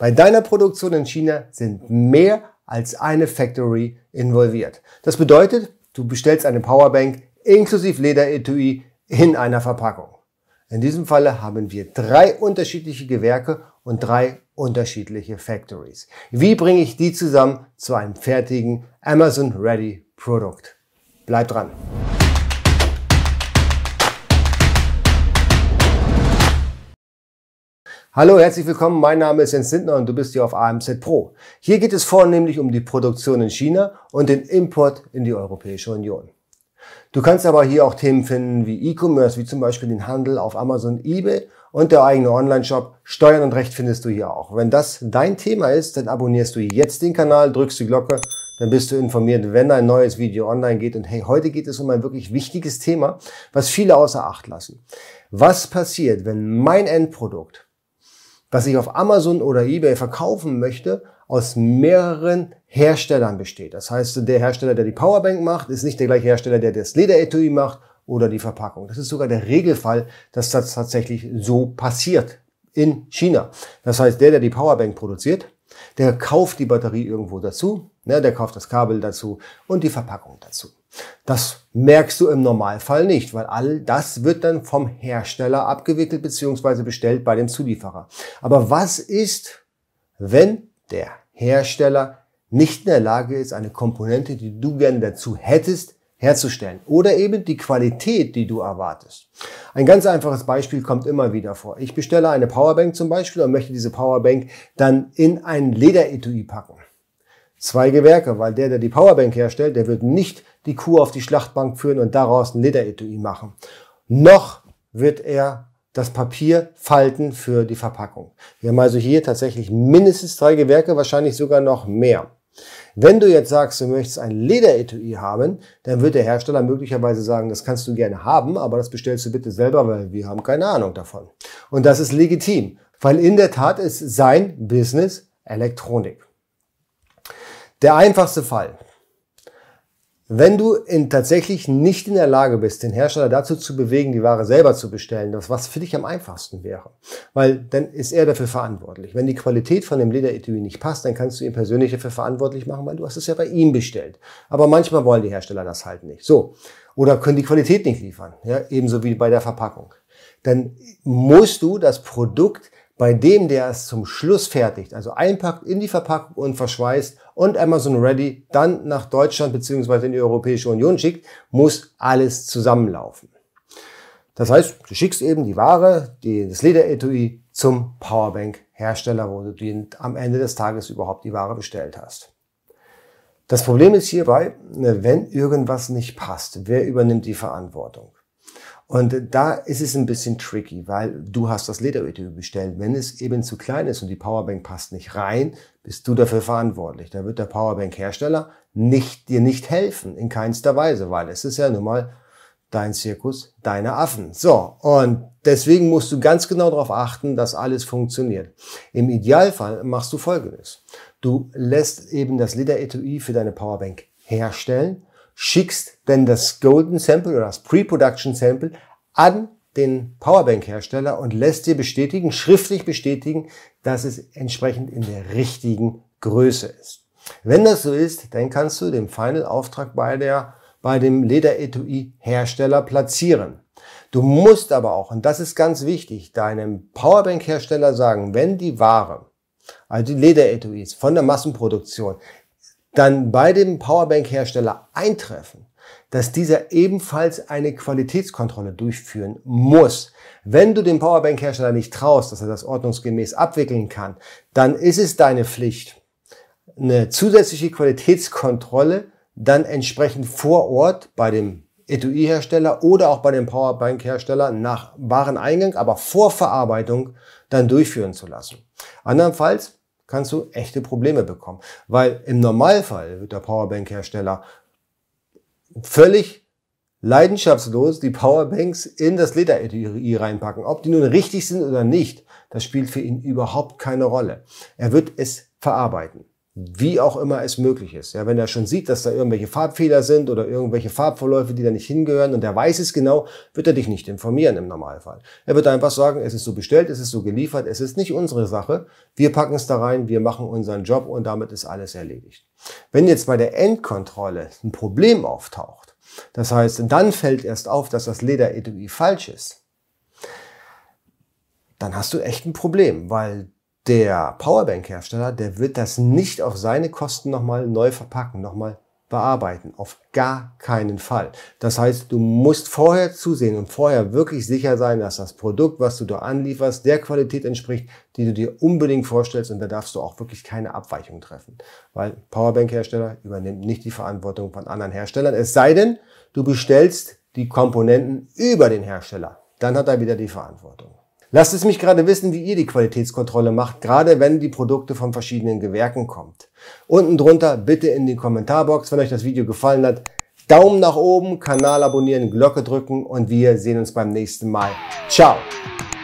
Bei deiner Produktion in China sind mehr als eine Factory involviert. Das bedeutet, du bestellst eine Powerbank inklusive Lederetui in einer Verpackung. In diesem Falle haben wir 3 unterschiedliche Gewerke und 3 unterschiedliche Factories. Wie bringe ich die zusammen zu einem fertigen Amazon Ready Produkt? Bleib dran! Hallo, herzlich willkommen. Mein Name ist Jens Lindner und du bist hier auf AMZ Pro. Hier geht es vornehmlich um die Produktion in China und den Import in die Europäische Union. Du kannst aber hier auch Themen finden wie E-Commerce, wie zum Beispiel den Handel auf Amazon, eBay und der eigene Online-Shop. Steuern und Recht findest du hier auch. Wenn das dein Thema ist, dann abonnierst du jetzt den Kanal, drückst die Glocke, dann bist du informiert, wenn ein neues Video online geht. Und hey, heute geht es um ein wirklich wichtiges Thema, was viele außer Acht lassen. Was passiert, wenn mein Endprodukt, was ich auf Amazon oder eBay verkaufen möchte, aus mehreren Herstellern besteht? Das heißt, der Hersteller, der die Powerbank macht, ist nicht der gleiche Hersteller, der das Lederetui macht oder die Verpackung. Das ist sogar der Regelfall, dass das tatsächlich so passiert in China. Das heißt, der die Powerbank produziert, der kauft die Batterie irgendwo dazu, der kauft das Kabel dazu und die Verpackung dazu. Das merkst du im Normalfall nicht, weil all das wird dann vom Hersteller abgewickelt bzw. bestellt bei dem Zulieferer. Aber was ist, wenn der Hersteller nicht in der Lage ist, eine Komponente, die du gerne dazu hättest, herzustellen oder eben die Qualität, die du erwartest? Ein ganz einfaches Beispiel kommt immer wieder vor. Ich bestelle eine Powerbank zum Beispiel und möchte diese Powerbank dann in ein Lederetui packen. 2 Gewerke, weil der die Powerbank herstellt, der wird nicht die Kuh auf die Schlachtbank führen und daraus ein Lederetui machen. Noch wird er das Papier falten für die Verpackung. Wir haben also hier tatsächlich mindestens 3 Gewerke, wahrscheinlich sogar noch mehr. Wenn du jetzt sagst, du möchtest ein Lederetui haben, dann wird der Hersteller möglicherweise sagen, das kannst du gerne haben, aber das bestellst du bitte selber, weil wir haben keine Ahnung davon. Und das ist legitim, weil in der Tat ist sein Business Elektronik. Der einfachste Fall: Wenn du tatsächlich nicht in der Lage bist, den Hersteller dazu zu bewegen, die Ware selber zu bestellen, das was für dich am einfachsten wäre, weil dann ist er dafür verantwortlich. Wenn die Qualität von dem Lederetui nicht passt, dann kannst du ihn persönlich dafür verantwortlich machen, weil du hast es ja bei ihm bestellt. Aber manchmal wollen die Hersteller das halt nicht. So. Oder können die Qualität nicht liefern. Ja, ebenso wie bei der Verpackung. Dann musst du das Produkt bei dem, der es zum Schluss fertigt, also einpackt in die Verpackung und verschweißt und Amazon Ready dann nach Deutschland bzw. in die Europäische Union schickt, muss alles zusammenlaufen. Das heißt, du schickst eben die Ware, das Lederetui zum Powerbank-Hersteller, wo du am Ende des Tages überhaupt die Ware bestellt hast. Das Problem ist hierbei, wenn irgendwas nicht passt, wer übernimmt die Verantwortung? Und da ist es ein bisschen tricky, weil du hast das Lederetui bestellt. Wenn es eben zu klein ist und die Powerbank passt nicht rein, bist du dafür verantwortlich. Da wird der Powerbank-Hersteller dir nicht helfen, in keinster Weise, weil es ist ja nun mal dein Zirkus, deine Affen. So, und deswegen musst du ganz genau darauf achten, dass alles funktioniert. Im Idealfall machst du Folgendes. Du lässt eben das Lederetui für deine Powerbank herstellen, schickst dann das Golden Sample oder das Pre-Production Sample an den Powerbank-Hersteller und lässt dir schriftlich bestätigen, dass es entsprechend in der richtigen Größe ist. Wenn das so ist, dann kannst du den Final-Auftrag bei dem Lederetui-Hersteller platzieren. Du musst aber auch, und das ist ganz wichtig, deinem Powerbank-Hersteller sagen, wenn die Ware, also die Lederetuis von der Massenproduktion, dann bei dem Powerbank-Hersteller eintreffen, dass dieser ebenfalls eine Qualitätskontrolle durchführen muss. Wenn du dem Powerbank-Hersteller nicht traust, dass er das ordnungsgemäß abwickeln kann, dann ist es deine Pflicht, eine zusätzliche Qualitätskontrolle dann entsprechend vor Ort bei dem Etui-Hersteller oder auch bei dem Powerbank-Hersteller nach Wareneingang, aber vor Verarbeitung dann durchführen zu lassen. Andernfalls kannst du echte Probleme bekommen. Weil im Normalfall wird der Powerbank-Hersteller völlig leidenschaftslos die Powerbanks in das Lederetui reinpacken. Ob die nun richtig sind oder nicht, das spielt für ihn überhaupt keine Rolle. Er wird es verarbeiten. wie auch immer es möglich ist. Ja, wenn er schon sieht, dass da irgendwelche Farbfehler sind oder irgendwelche Farbverläufe, die da nicht hingehören und er weiß es genau, wird er dich nicht informieren im Normalfall. Er wird einfach sagen, es ist so bestellt, es ist so geliefert, es ist nicht unsere Sache, wir packen es da rein, wir machen unseren Job und damit ist alles erledigt. Wenn jetzt bei der Endkontrolle ein Problem auftaucht, das heißt, dann fällt erst auf, dass das Lederetui falsch ist, dann hast du echt ein Problem, weil der Powerbank-Hersteller, der wird das nicht auf seine Kosten nochmal neu verpacken, nochmal bearbeiten. Auf gar keinen Fall. Das heißt, du musst vorher zusehen und vorher wirklich sicher sein, dass das Produkt, was du da anlieferst, der Qualität entspricht, die du dir unbedingt vorstellst, und da darfst du auch wirklich keine Abweichung treffen. Weil Powerbank-Hersteller übernimmt nicht die Verantwortung von anderen Herstellern, es sei denn, du bestellst die Komponenten über den Hersteller. Dann hat er wieder die Verantwortung. Lasst es mich gerade wissen, wie ihr die Qualitätskontrolle macht, gerade wenn die Produkte von verschiedenen Gewerken kommt. Unten drunter bitte in die Kommentarbox, wenn euch das Video gefallen hat, Daumen nach oben, Kanal abonnieren, Glocke drücken und wir sehen uns beim nächsten Mal. Ciao!